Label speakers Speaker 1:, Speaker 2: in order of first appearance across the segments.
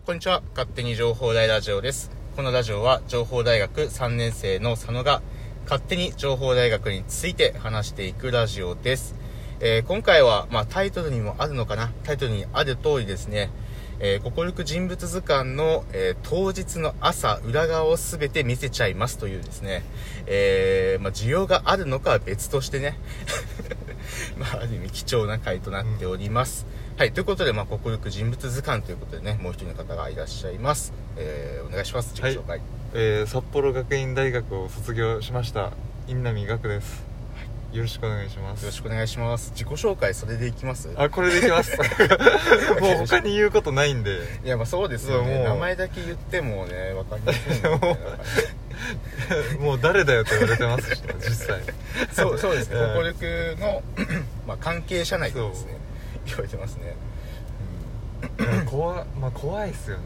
Speaker 1: こんにちは。勝手に情報大ラジオです。このラジオは情報大学3年生の佐野が勝手に情報大学について話していくラジオです。今回は、タイトルにもあるのかな。タイトルにある通りですね、心ゆく人物図鑑の、当日の朝裏側をすべて見せちゃいますというですね、需要があるのかは別としてねある意味貴重な回となっております。はい、ということで、心ゆく人物図鑑ということでね、もう一人の方がいらっしゃいます。お願いします。自己紹介。
Speaker 2: 札幌学院大学を卒業しました印南学です。よろしくお願いします。
Speaker 1: よろしくお願いします。自己紹介それでいきます？
Speaker 2: これでいきますもう他に言うことないんで。
Speaker 1: いや、そうですよね。名前だけ言ってもね、わかりませんよね。
Speaker 2: もう誰だよって言われてますし、実際
Speaker 1: そうですね、心ゆくの関係者内でですね言われてますね。
Speaker 2: 怖いっすよね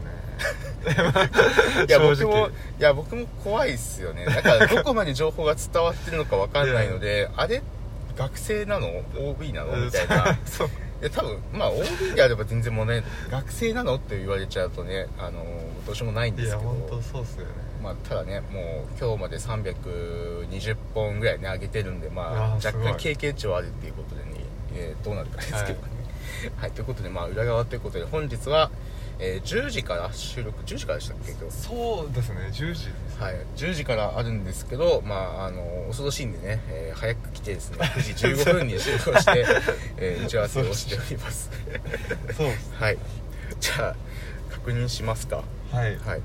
Speaker 1: いや僕も怖いっすよね。だからどこまで情報が伝わってるのかわかんないのであれ学生なの OB なのみたいな
Speaker 2: そう
Speaker 1: いや多分OB であれば全然問題ない。学生なのって言われちゃうとね、どうしようもないんですけど。
Speaker 2: いや本当そうっすよね。
Speaker 1: ただね、もう今日まで320本ぐらいね上げてるんで、若干経験値はあるっていうことでね、どうなるかですけどね。はい、ということで裏側ということで本日は、10時から収録、10時からでしたっけ？今日。
Speaker 2: そうですね、10時です、
Speaker 1: はい、10時からあるんですけど、遅しいんでね、早く来てですね、9時15分に集合して、打ち合わせをしております
Speaker 2: そうです。
Speaker 1: はい、じゃあ確認しますか。
Speaker 2: はい、
Speaker 1: はい、
Speaker 2: そうですね。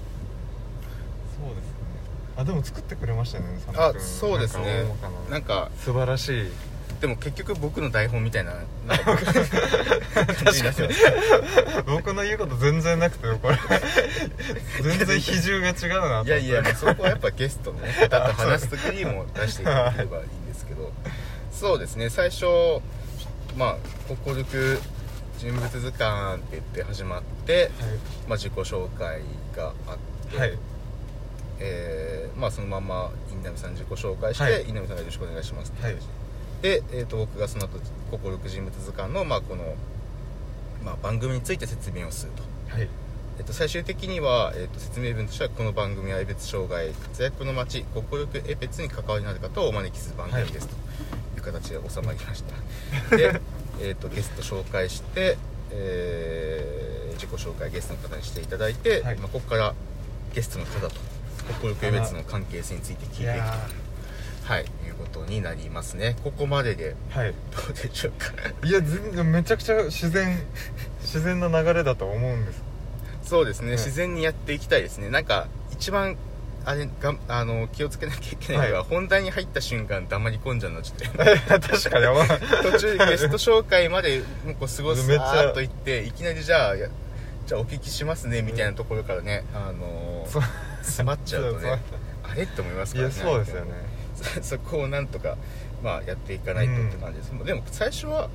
Speaker 2: でも作ってくれましたね、
Speaker 1: そうですね。なんか
Speaker 2: 素晴らしい。
Speaker 1: でも結局僕の台本みたいな感じになってます。
Speaker 2: 僕の言うこと全然なくてこれ全然比重が違うなと。
Speaker 1: いやそこはやっぱゲストのね方と話す時にも出していただければいいんですけどそうですね、最初心ゆく人物図鑑って言って始まって、はい、自己紹介があって、はい、そのまま印南さん自己紹介して、はい、印南さんがよろしくお願いしますって感じ、はいで、僕がその後心ゆく人物図鑑の、この、番組について説明をすると、はい、最終的には、説明文としてはこの番組は江別障害活躍の街心ゆく江別に関わりのある方をお招きする番組ですという形で収まりました、で、ゲスト紹介して、自己紹介ゲストの方にしていただいて、はい、ここからゲストの方と心ゆく江別の関係性について聞いていくとはい、いうことになりますね。ここまでで、はい、どうでしょうか。
Speaker 2: いや全然めちゃくちゃ自然な流れだと思うんです。
Speaker 1: そうですね、自然にやっていきたいですね。なんか一番気をつけなきゃいけないのが、本題に入った瞬間黙り込んじゃうのちょっと
Speaker 2: 確かに
Speaker 1: 途中ゲスト紹介までもう過ごすーっと言っていきなりじゃあお聞きしますねみたいなところからね、詰まっちゃうとねあれって思いますからね。
Speaker 2: いやそうですよね。
Speaker 1: そこをなんとかやっていかないとって感じです、でも最初は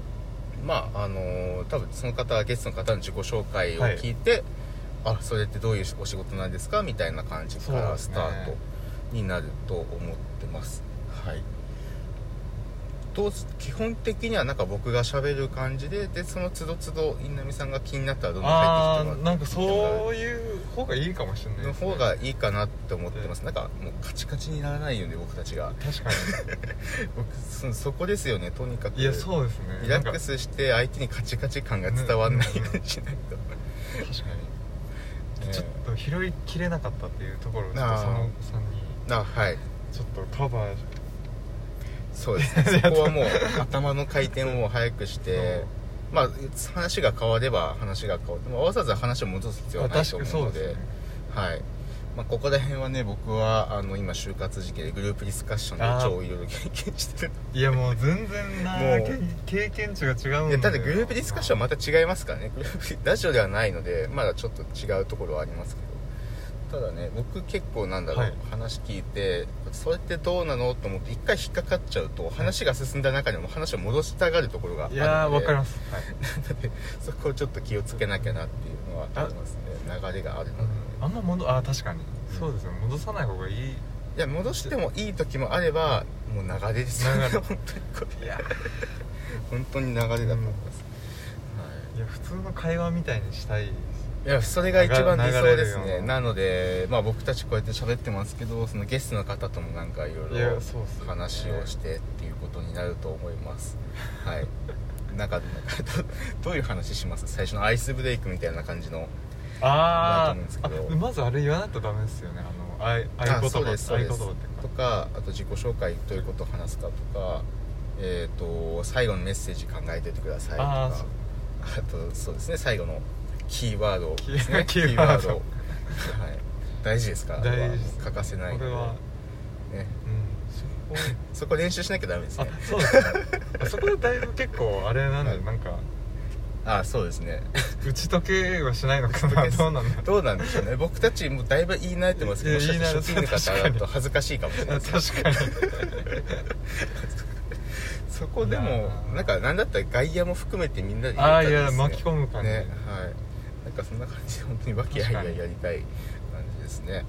Speaker 1: 多分その方ゲストの方の自己紹介を聞いて、はい、それってどういうお仕事なんですかみたいな感じからスタートになると思ってます。はい、基本的にはなんか僕が喋る感じでその都度都度印南さんが気になったらどんどん入ってきてもらって、
Speaker 2: なんかそういう方がいいかもしれないですね。
Speaker 1: の方がいいかなって思ってます。なんかもうカチカチにならないよね僕たちが。
Speaker 2: 確かに
Speaker 1: 僕そこですよね。とにかく
Speaker 2: いやそうですね、
Speaker 1: リラックスして相手にカチカチ感が伝わんないようにしないと、
Speaker 2: 確かに、ちょっと拾いきれなかったっていうところをちょっとその3人
Speaker 1: はい
Speaker 2: ちょっとカバー
Speaker 1: そうですねそこはもう頭の回転を早くして話が変われば話が変わってもわざわざ話を戻す必要はないと思うので、はい、ここら辺はね僕は今就活時期でグループディスカッションで超いろいろ経験してる。
Speaker 2: いやもう全然経験値が違うんで。
Speaker 1: ただグループディスカッションはまた違いますからね。ラジオではないのでまだちょっと違うところはありますけど、ただね僕結構話聞いてそれってどうなのと思って一回引っかかっちゃうと話が進んだ中でも話を戻したがるところがあるので、
Speaker 2: いやわかります、
Speaker 1: はい、なのでそこをちょっと気をつけなきゃなっていうのはありますね。流れがあるので、
Speaker 2: あんま確かに、そうですね、戻さない方がいい。
Speaker 1: いや戻してもいい時もあればもう流れですよね本当にこれ本当に流れだと思います、
Speaker 2: いや普通の会話みたいにしたいです。
Speaker 1: いやそれが一番理想です
Speaker 2: 流れるよう
Speaker 1: ね。なのでまあ僕たちこうやって喋ってますけど、そのゲストの方ともなんかいろいろ話をしてっていうことになると思います。はいなんかどういう話します？最初のアイスブレイクみたいな感じのだと思うんですけど、
Speaker 2: まずあれ言わないとダメですよね。合言葉
Speaker 1: そうですそうです
Speaker 2: 合言葉っていうか
Speaker 1: とか、あと自己紹介どういうことを話すかとか、最後のメッセージ考えておいてくださいとか、あとそうですね、最後のキーワードですね
Speaker 2: キーワード
Speaker 1: はい、大事ですから。
Speaker 2: 大事です。
Speaker 1: 欠かせないので
Speaker 2: これは
Speaker 1: ね、
Speaker 2: そ
Speaker 1: そこ練習しなきゃダメですね。
Speaker 2: そうですねそこでだいぶ結構あれなんで、
Speaker 1: はい
Speaker 2: なんか
Speaker 1: そうですね
Speaker 2: 打ち解けはしないのかなどうなんだ
Speaker 1: どうなんでしょうね。僕たちもだいぶ言い慣れてますけど、もしかしたら初期の方だと恥ずかしいかもしれないです
Speaker 2: 確かに
Speaker 1: そこでもなんかなんだったら外野も含めてみんなで
Speaker 2: いや巻き込む感じ
Speaker 1: ね、はいなんかそんな感じで本当に和気あいあいやりたい感じですね、はい、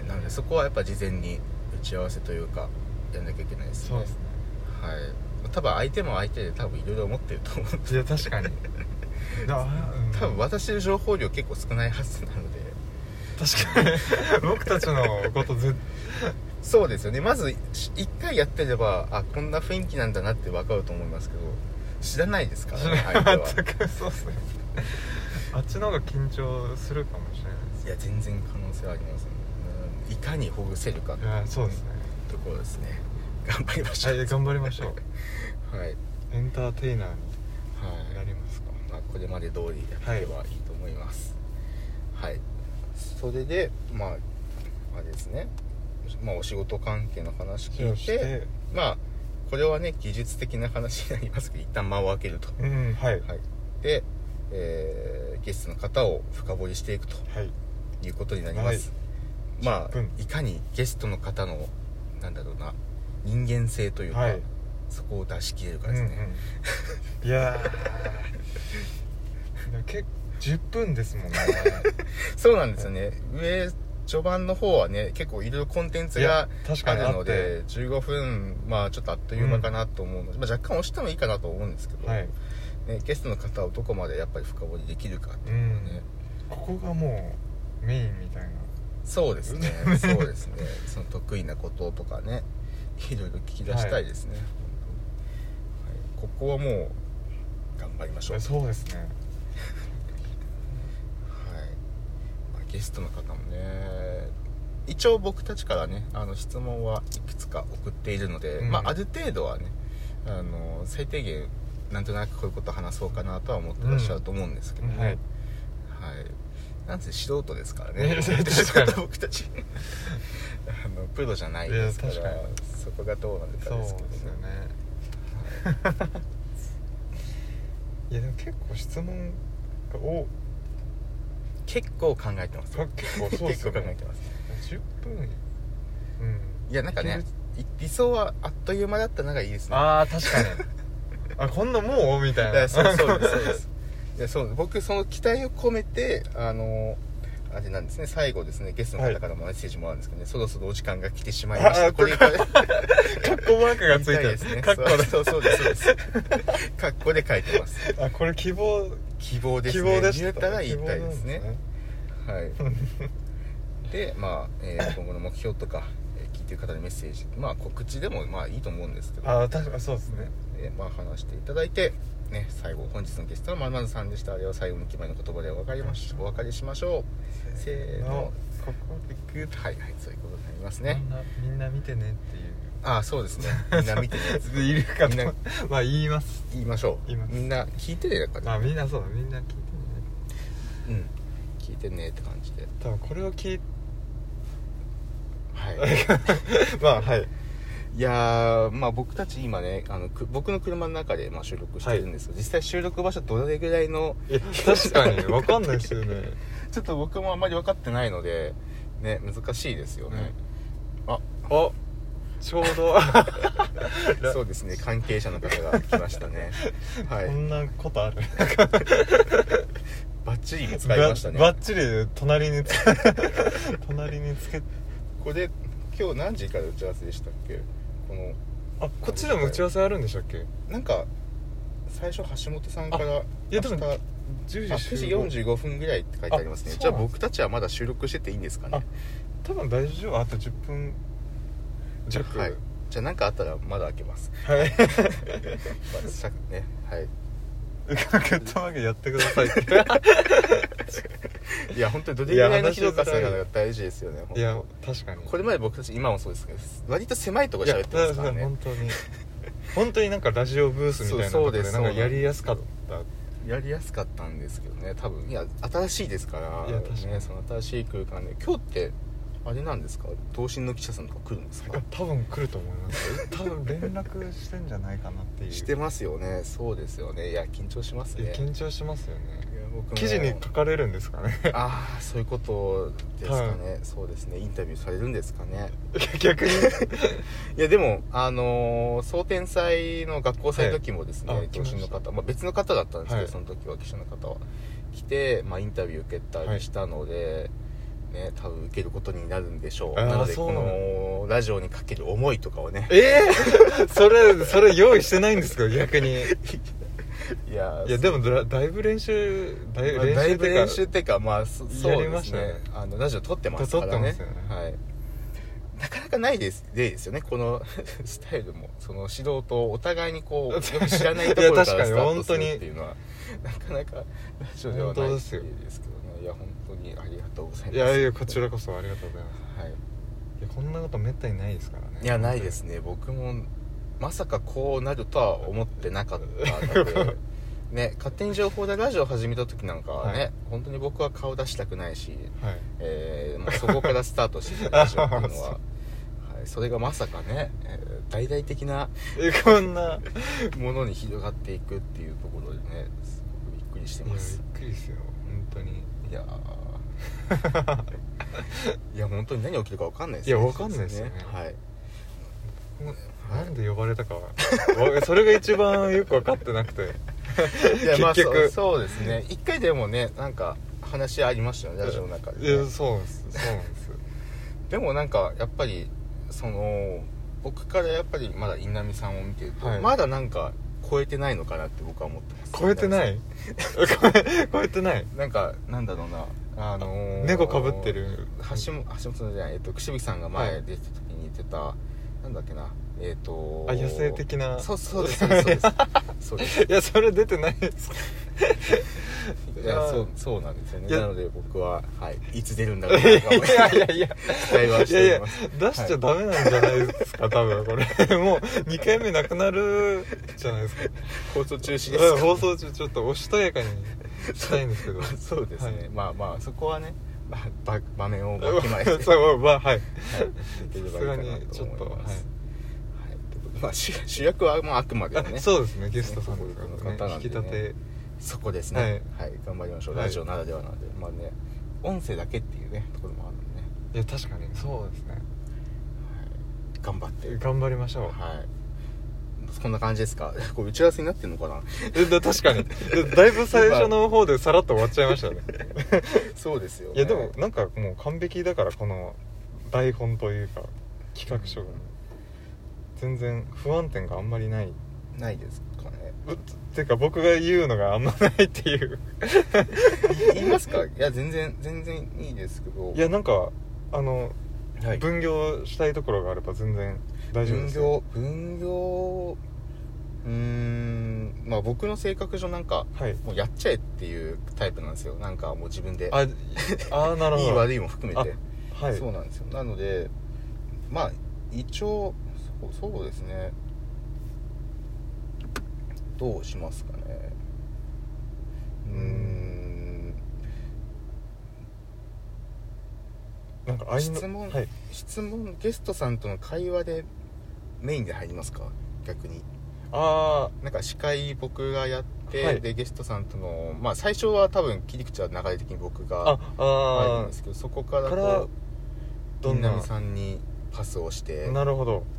Speaker 1: なのでそこはやっぱ事前に打ち合わせというかやんなきゃいけないですね。
Speaker 2: そうですね。
Speaker 1: はい多分相手も相手で多分いろいろ思ってると思うんで
Speaker 2: いや確かに
Speaker 1: 多分渡してる情報量結構少ないはずなので。
Speaker 2: 確かに僕たちのこと
Speaker 1: そうですよね。まず1回やってればこんな雰囲気なんだなって分かると思いますけど、知らないですからね相手は。
Speaker 2: 全くそうっすねあっちの方が緊張するかもしれないです。
Speaker 1: いや全然可能性はありますね。いかにほぐせるか
Speaker 2: いやそうですね
Speaker 1: ところですね。頑張りましょう。
Speaker 2: はい頑張りましょう
Speaker 1: はい、
Speaker 2: エンターテイナーに
Speaker 1: はい、
Speaker 2: なりますか。
Speaker 1: これまで通りやっていけばいいと思います。はい、それであれですね、お仕事関係の話聞いて、これはね技術的な話になりますけど一旦間を空けると、
Speaker 2: はい、
Speaker 1: で、ゲストの方を深掘りしていくということになります。いかにゲストの方のなんだろうな人間性というか、そこを出し切れるかですね、
Speaker 2: いや結構10分ですもんね
Speaker 1: そうなんですよね。序盤の方はね結構いろいろコンテンツがあるので15分ちょっとあっという間かなと思うので、若干押してもいいかなと思うんですけど、ね、ゲストの方をどこまでやっぱり深掘りできるかっていうのがね、
Speaker 2: ここがもうメインみたいな。
Speaker 1: そうですねそうですねその得意なこととかねいろいろ聞き出したいですね、ここはもう頑張りましょう。
Speaker 2: そうですね
Speaker 1: ゲストの方もね一応僕たちからね質問はいくつか送っているので、ある程度はね最低限なんとなくこういうこと話そうかなとは思ってらっしゃると思うんですけどね、なんせ素人ですからね僕たちプロじゃないですから、そこがどうなるかですけどね。
Speaker 2: そうですよね、いやでも結構質問が
Speaker 1: 結構考えてます。
Speaker 2: 結構そうですよね。
Speaker 1: 結構考えてます。
Speaker 2: 10分
Speaker 1: いやなんかね理想はあっという間だったのがいいですね。
Speaker 2: 確かにこんなもうみたいな。
Speaker 1: そうですいや僕その期待を込めてあれなんですね、最後ですねゲストの方からもメッセージもあるんですけどね、そろそろお時間が来てしまいました。これカッコ
Speaker 2: マークがついてる
Speaker 1: ですね。そうですカッコで書いてます。
Speaker 2: これ希望
Speaker 1: ですね。言えたら言いたいですね。はい。で今後の目標とか聞いてる方にメッセージ告知でもいいと思うんですけど、
Speaker 2: 確かにそうですね。
Speaker 1: 話していただいてね、最後本日のゲストはまるさんでした。では最後の決まりの言葉でお別れしましょう。せーの、ここでグッはいそういうことになりますね。
Speaker 2: みんな見てねっていう。
Speaker 1: そうですね。みんな見てね。
Speaker 2: いるかな。言います。
Speaker 1: 言いましょう。みんな聞いてねだから。
Speaker 2: みんなそうだ。みんな聞いて
Speaker 1: ね。聞いてねって感じで。
Speaker 2: 多分これを聞い
Speaker 1: はい。いや僕たち今ね僕の車の中で収録してるんですけど、実際収録場所どれぐらいの
Speaker 2: 確かに分かんないですよね
Speaker 1: ちょっと僕もあんまり分かってないのでね難しいですよね、
Speaker 2: ちょうど
Speaker 1: そうですね、関係者の方が来ましたねはい、
Speaker 2: こんなことある
Speaker 1: バッチリ見つかりましたね。
Speaker 2: バッチリ隣につけ
Speaker 1: これ今日何時から打ち合わせでしたっけ？
Speaker 2: こっちでも打ち合わせあるんでしたっけ？
Speaker 1: なんか最初橋本さんから
Speaker 2: いやでも 10時
Speaker 1: 9時
Speaker 2: 集合
Speaker 1: 45分ぐらいって書いてありますね。じゃあ僕たちはまだ収録してていいんですかね。
Speaker 2: 多分大丈夫。あと10分弱。
Speaker 1: はい、じゃあ何かあったらまだ開けます。
Speaker 2: はい
Speaker 1: まあね、はい。
Speaker 2: グッドマーケやってくださいって
Speaker 1: いや本当にどれぐらいの広さが大事ですよね。
Speaker 2: いや確かに
Speaker 1: これまで僕たち今もそうですけど割と狭いところで喋ってますからね。
Speaker 2: 本当になんかラジオブースみたいなところでなんかやりやすかった。
Speaker 1: んですけどね。多分いや新しいですから。
Speaker 2: いや確かに
Speaker 1: ね、その新しい空間で今日ってあれなんですか、東進の記者さんとか来るんですか。
Speaker 2: 多分来ると思います多分連絡してんじゃないかなっていう。
Speaker 1: してますよね。そうですよね。いや緊張しますね。
Speaker 2: 緊張しますよね。
Speaker 1: いや僕も
Speaker 2: 記事に書かれるんですかね
Speaker 1: ああそういうことですかね。そうですね。インタビューされるんですかね
Speaker 2: 逆にい
Speaker 1: やでも総天祭の学校祭の時もですね、
Speaker 2: はい
Speaker 1: 東進の方、別の方だったんですけど、
Speaker 2: はい
Speaker 1: その時は記者の方は来て、インタビュー受けたりしたので、ね、多分受けることになるんでしょう。なのでこのラジオにかける思いとかをね
Speaker 2: それ用意してないんですか逆に。
Speaker 1: いや
Speaker 2: でもだいぶ練習
Speaker 1: だいぶ練習っていうかそうですね。ラジオ撮ってますからね。
Speaker 2: 撮ってますよね。
Speaker 1: はい。なかなかないですよねこのスタイルも。その素人お互いにこうよく知らないところからスタートするっていうのはなかなかラジオではないですけどね。いや本当にありがとうございます。
Speaker 2: いやこちらこそありがとうございます。はい。いやこんなことめったにないですからね。
Speaker 1: いやないですね。僕もまさかこうなるとは思ってなかったのでね、勝手に情報でラジオ始めた時なんかはね、はい、本当に僕は顔出したくないし、はいそこからスタートしてラジオっていうのははい、それがまさかね、大々的な
Speaker 2: こんな
Speaker 1: ものに広がっていくっていうところでね、すごくびっくりしてます。
Speaker 2: びっくりですよ本当に。
Speaker 1: いや本当に何起きるか分かんないですね。
Speaker 2: いや分かんないですよね。
Speaker 1: はい。
Speaker 2: なんで呼ばれたかそれが一番よく分かってなくて
Speaker 1: いや結局そうですね。一回でもねなんか話ありましたよねラジオの中で、ね。
Speaker 2: いやそうなんです
Speaker 1: でもなんかやっぱりその僕からやっぱりまだ稲見さんを見てると、はい、まだなんか超えてないのかなって僕は思ってます。
Speaker 2: 超えてない超えてない。
Speaker 1: なんかなんだろうな
Speaker 2: 猫かぶってる
Speaker 1: 橋本さんじゃない串引さんが前出てた時に言ってた、なんだっけな
Speaker 2: 野生的な。
Speaker 1: そうですそうです。
Speaker 2: いやそれ出てないです
Speaker 1: いやそうなんですよね。なので僕は、はい、いつ出るんだろうなと
Speaker 2: いや
Speaker 1: 期待はしています。
Speaker 2: 出しちゃダメなんじゃないですか多分これもう2回目なくなるじゃないですか。
Speaker 1: 放送中止ですか。
Speaker 2: 放送中ちょっとおしとやかにしたいんですけど
Speaker 1: そうですね、はい、そこはね場面をわきまえて
Speaker 2: そうはい、
Speaker 1: さすがにちょっと主役はあくまでね。
Speaker 2: そうですねゲストさんですからね。引き立て
Speaker 1: そこですね。はい頑張りましょう。ラジオならではなのでね音声だけっていうねところもあるんでね。
Speaker 2: いや確かにそうですね。
Speaker 1: 頑張って
Speaker 2: 頑張りましょう。
Speaker 1: はいこんな感じですか。これ打ち合わせになってんのかな。
Speaker 2: 確かにだいぶ最初の方でさらっと終わっちゃいましたね
Speaker 1: そうですよね。
Speaker 2: いやでもなんかもう完璧だからこの台本というか企画書が全然不安点があんまりない
Speaker 1: ですかね。
Speaker 2: てか僕が言うのがあんまないっていう
Speaker 1: 言いますか。いや全然いいですけど。
Speaker 2: いやなんか
Speaker 1: はい、
Speaker 2: 分業したいところがあれば全然大丈夫ですよ。
Speaker 1: 分業僕の性格上なんか、はい、もうやっちゃえっていうタイプなんですよ。なんかもう自分で
Speaker 2: なるほど
Speaker 1: いい悪いも含めて、
Speaker 2: はい、
Speaker 1: そうなんですよ。なので一応そうですね。どうしますかね。
Speaker 2: なんか
Speaker 1: 質問ゲストさんとの会話でメインで入りますか。逆になんか司会僕がやって、はい、でゲストさんとの最初は多分切り口は流れ的に僕が入るんですけど、そこからこう銀波さんにパスをして。
Speaker 2: なるほど。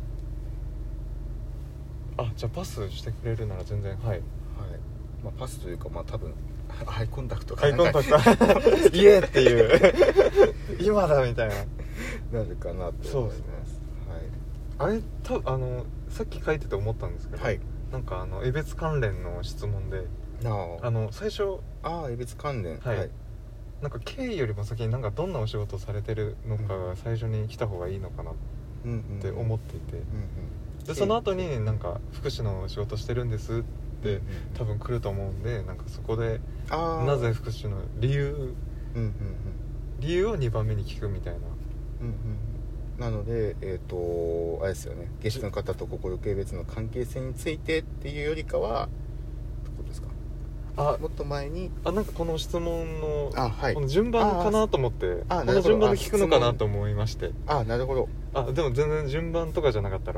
Speaker 2: じゃあパスしてくれるなら全然はい、
Speaker 1: パスというか多分アイコンタクト
Speaker 2: かなんかアイコンタクトイエーっていう今だみたい
Speaker 1: なるかなと思います。
Speaker 2: そうですね。はい。さっき書いてて思ったんですけど、はい、なんか江別関連の質問で最初
Speaker 1: 江別関連、
Speaker 2: はいなんか経緯よりも先になんかどんなお仕事をされてるのかが最初に来た方がいいのかなって思っていて、でその後になんか福祉の仕事してるんですって多分来ると思うんで、なんかそこでなぜ福祉の理由を2番目に聞くみたいな、
Speaker 1: なのであれですよね、ゲストの方と心系別の関係性についてっていうよりかはどうですか。もっと前に
Speaker 2: なんかこの質問の、
Speaker 1: はい、
Speaker 2: この順番かなと思ってこの順番で聞くのかなと思いまして、
Speaker 1: なるほど。
Speaker 2: でも全然順番とかじゃなかったら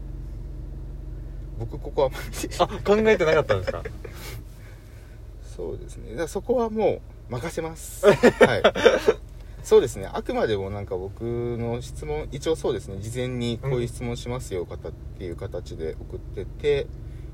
Speaker 1: 僕ここは
Speaker 2: 考えてなかったんですか
Speaker 1: そうですね、だからそこはもう任せますはいそうですね、あくまでもなんか僕の質問一応そうですね、事前にこういう質問しますよ方っていう形で送ってて、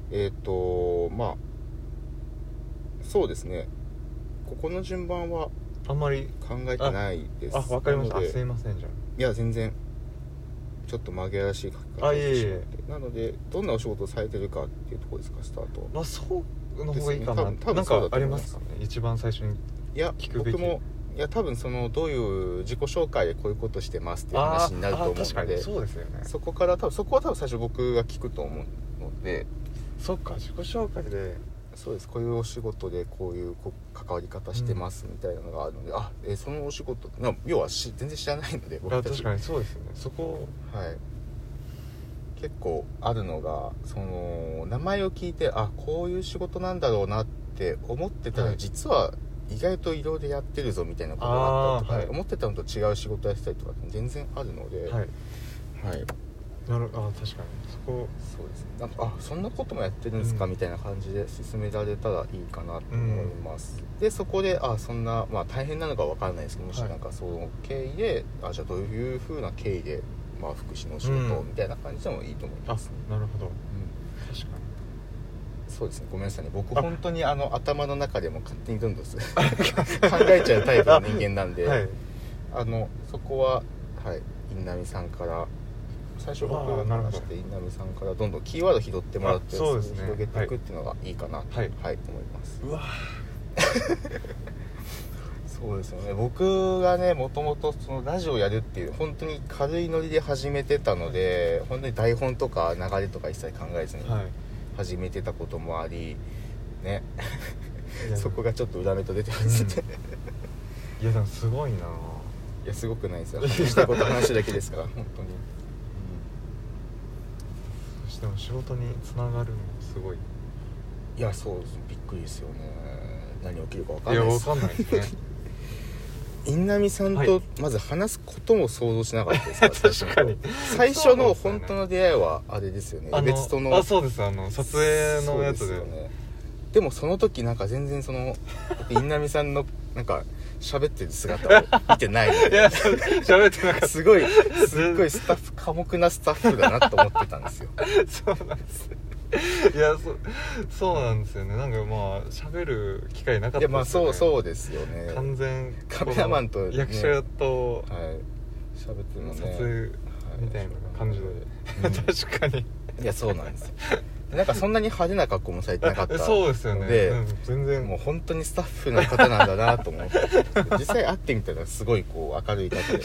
Speaker 1: そうですね、ここの順番は
Speaker 2: あんまり
Speaker 1: 考えてないです。
Speaker 2: わかりました。すいません。じゃあ
Speaker 1: いや全然ちょっと紛らわしい書き方をしてしまってなので、どんなお仕事をされてるかっていうところですか、スタート。
Speaker 2: そうの方がいいかな、
Speaker 1: 多分
Speaker 2: なんかありますかね、
Speaker 1: い
Speaker 2: 一番最初に聞くべき。
Speaker 1: 僕も多分どういう自己紹介でこういうことしてますっていう話になると思うので、
Speaker 2: 確かにそうですよね。
Speaker 1: そこは多分最初僕が聞くと思うので、
Speaker 2: そっか、自己紹介で
Speaker 1: そうです、こういうお仕事でこういう関わり方してますみたいなのがあるので、そのお仕事要は全然知らないので、僕たち
Speaker 2: 確かにそうですよね。そこ
Speaker 1: 結構あるのが、名前を聞いてこういう仕事なんだろうなって思ってたら、実は意外といろいろやってるぞみたいなことがあったりとか、思ってたのと違う仕事やってたりとか全然あるので、
Speaker 2: 確かにそうですね。
Speaker 1: なんかそんなこともやってるんですか、みたいな感じで進められたらいいかなと思います、でそこでそんな大変なのかわからないですけど、もしなんかその経緯でじゃあどういう風な経緯で福祉の仕事みたいな感じでもいいと思います、
Speaker 2: なるほど、確かに
Speaker 1: そうですね。ごめんなさいね、僕本当に頭の中でも勝手にどんどん考えちゃうタイプの人間なんで、そこは印南さんから最初僕が話して、印南さんからどんどんキーワード拾ってもらって広げていくっていうのがいいかなと思います。
Speaker 2: うわ
Speaker 1: そうですよね、僕がねもともとそのラジオやるっていう本当に軽いノリで始めてたので、本当に台本とか流れとか一切考えずに始めてたこともありねそこがちょっと裏目と出てますね、
Speaker 2: いやでもすごいな。
Speaker 1: いやすごくないですよ、話したいこと話だけですから本当に、
Speaker 2: そしても仕事につながるのすごい。
Speaker 1: いやそうです、びっくりですよね。何起きるか分かんないです。
Speaker 2: いや分かんないですね
Speaker 1: 印南さんとまず話すことも想像しなかったですから、
Speaker 2: 確かに
Speaker 1: 最初の本当の出会いはあれですよね、別との
Speaker 2: そうです、撮影のやつ で、
Speaker 1: ね、でもその時なんか全然印南さんのなんか喋ってる姿を見てないので
Speaker 2: いや喋ってなかった。
Speaker 1: すごいスタッフ寡黙なスタッフだなと思ってたんですよ
Speaker 2: そうなんですいやそうなんですよね。なんか喋る機会なかったですよね。
Speaker 1: いやそうですよね。
Speaker 2: 完全
Speaker 1: カメラマンと、ね、
Speaker 2: 役者と
Speaker 1: 喋ってるのね、
Speaker 2: 撮影みたいな感じで、確かに
Speaker 1: いやそうなんですよなんかそんなに派手な格好もされてなかったので、
Speaker 2: そうですよね、全然
Speaker 1: もう本当にスタッフの方なんだなと思って実際会ってみたらすごいこう明るい方で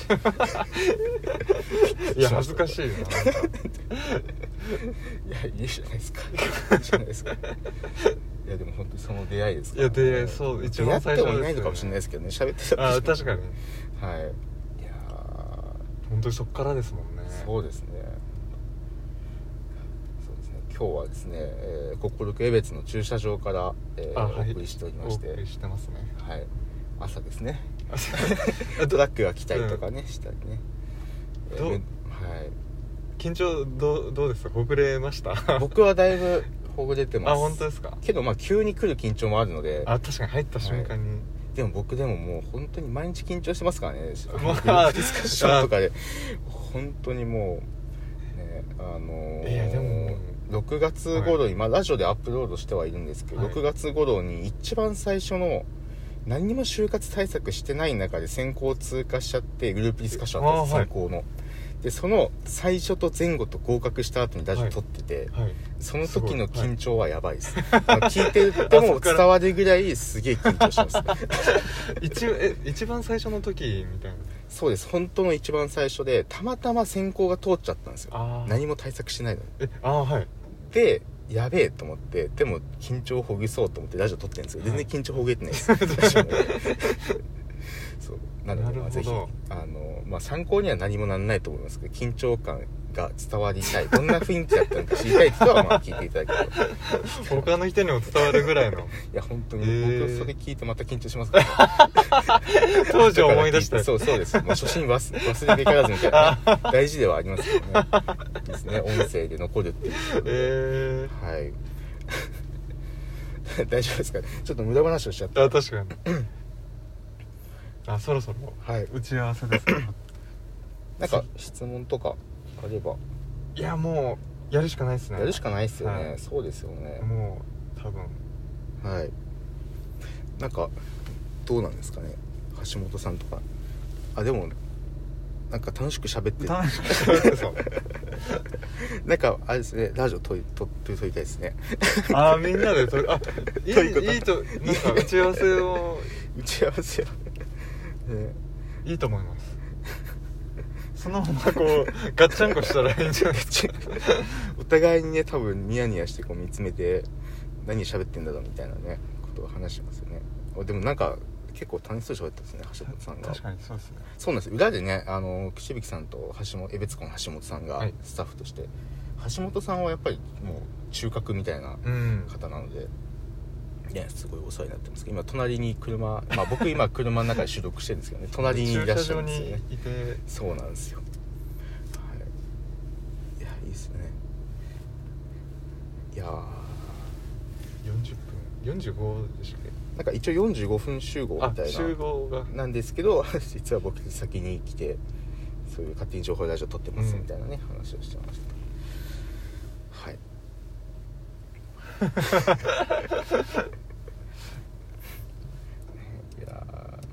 Speaker 2: いや恥ずかしいな、なんかい
Speaker 1: やいいじゃないですかいいじゃないですかいやでも本当にその出会いですから、ね、
Speaker 2: いやそう一番最初ですよね。
Speaker 1: 出会ってもいないのかもしれないですけどね、喋ってた
Speaker 2: 確かに
Speaker 1: いや
Speaker 2: 本当にそっからですもんね。
Speaker 1: そうですね。今日はですね、心江別の駐車場から、お送りしておりまして、
Speaker 2: お送りしてますね。
Speaker 1: 朝ですねトラックが来たりとかね、したりね、
Speaker 2: 緊張どうですか？ほぐれました
Speaker 1: 僕はだいぶほぐれてます。
Speaker 2: 本当ですか？
Speaker 1: けど急に来る緊張もあるので、
Speaker 2: 確かに入った瞬間に、
Speaker 1: でも僕もう本当に毎日緊張してますからねディスカッションとかで本当にもうね
Speaker 2: でも
Speaker 1: 6月頃に、ラジオでアップロードしてはいるんですけど、6月頃に一番最初の何にも就活対策してない中で選考通過しちゃって、グループディスカッションあったんです、選考のでその最初と前後と合格した後にラジオ撮ってて、
Speaker 2: はいはい、
Speaker 1: その時の緊張はやばいです、聞いてても伝わるぐらいすげえ緊張します
Speaker 2: 一番最初の時みたいな。
Speaker 1: そうです、本当の一番最初でたまたま選考が通っちゃったんですよ。何も対策しないのに。
Speaker 2: はい、
Speaker 1: でやべえと思って、でも緊張をほぐそうと思ってラジオ撮ってるんですよ。全然緊張ほぐれてないですそうなので、ぜひ参考には何もならないと思いますけど、緊張感が伝わりたい、どんな雰囲気だったのか知りたい人は聞いていただければ
Speaker 2: 他の人にも伝わるぐらいのい
Speaker 1: や本当に僕それ聞いてまた緊張しますからね
Speaker 2: 当時思い出した
Speaker 1: そうです、もう初心忘れていからずみたいな、ね、大事ではありますけどねですね、音声で残るっていうはい大丈夫ですかね、ちょっと無駄話をしちゃった。
Speaker 2: 確かにそろそろ、打ち合わせですか
Speaker 1: なんか質問とかあれば。
Speaker 2: いやもうやるしかないですね。
Speaker 1: やるしかないですよね、そうですよね。
Speaker 2: もう多分
Speaker 1: はい。なんかどうなんですかね、橋本さんとか。でもなんか楽しく喋ってるなんかあれですね、ラジオ撮りたいですね
Speaker 2: みんなでいいとなんか打ち合わせをいいと思います。そのままこうガッチャンコしたらいいんじゃないですか
Speaker 1: お互いにね、多分ニヤニヤしてこう見つめて何喋ってんだろうみたいなねことを話してますよね。でもなんか結構楽しそうに喋ってますね、橋本さんが。
Speaker 2: 確かにそうですね。
Speaker 1: そうなんです、裏でね、串引さんと江別湖の橋本さんがスタッフとして、橋本さんはやっぱりもう中核みたいな方なので、ね、すごいお世話になってますけど、今隣に車、僕今車の中で収録してるんですけどね隣にいらっしゃるんですよね。
Speaker 2: 駐車場にいて、
Speaker 1: そうなんですよ、はい、いやいいですね。いや
Speaker 2: 40分45でしたっけ。
Speaker 1: なんか一応45分集合みたいな
Speaker 2: 集合が
Speaker 1: なんですけど実は僕先に来てそういう勝手に情報ラジオ撮ってますみたいなね、話をしてましたはいいや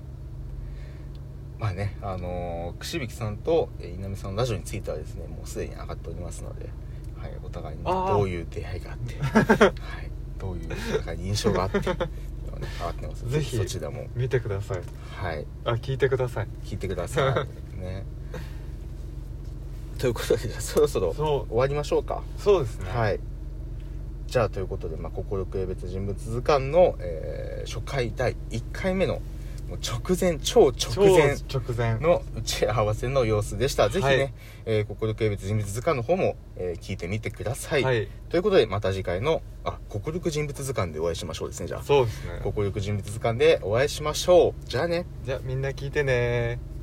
Speaker 1: ね、串引さんと稲見さんのラジオについてはですね、もうすでに上がっておりますので、はい、お互いにどういう出会いがあってはい、どういうお互いに印象があって上がってます。
Speaker 2: ぜひ
Speaker 1: そちらも
Speaker 2: 見てください。
Speaker 1: はい、
Speaker 2: 聞いてください
Speaker 1: ねということで、そろそろ終わりましょうか。
Speaker 2: そうですね。
Speaker 1: はい。じゃあということで、心くえ別人物図鑑の、初回第1回目のもう超直前の打ち合わせの様子でした。ぜひね、心くえ別人物図鑑の方も、聞いてみてください。ということで、また次回の心く人物図鑑でお会いしましょうですね。じゃあ
Speaker 2: そうですね、
Speaker 1: 心く人物図鑑でお会いしましょう。じゃあね。
Speaker 2: じゃあみんな聞いてね。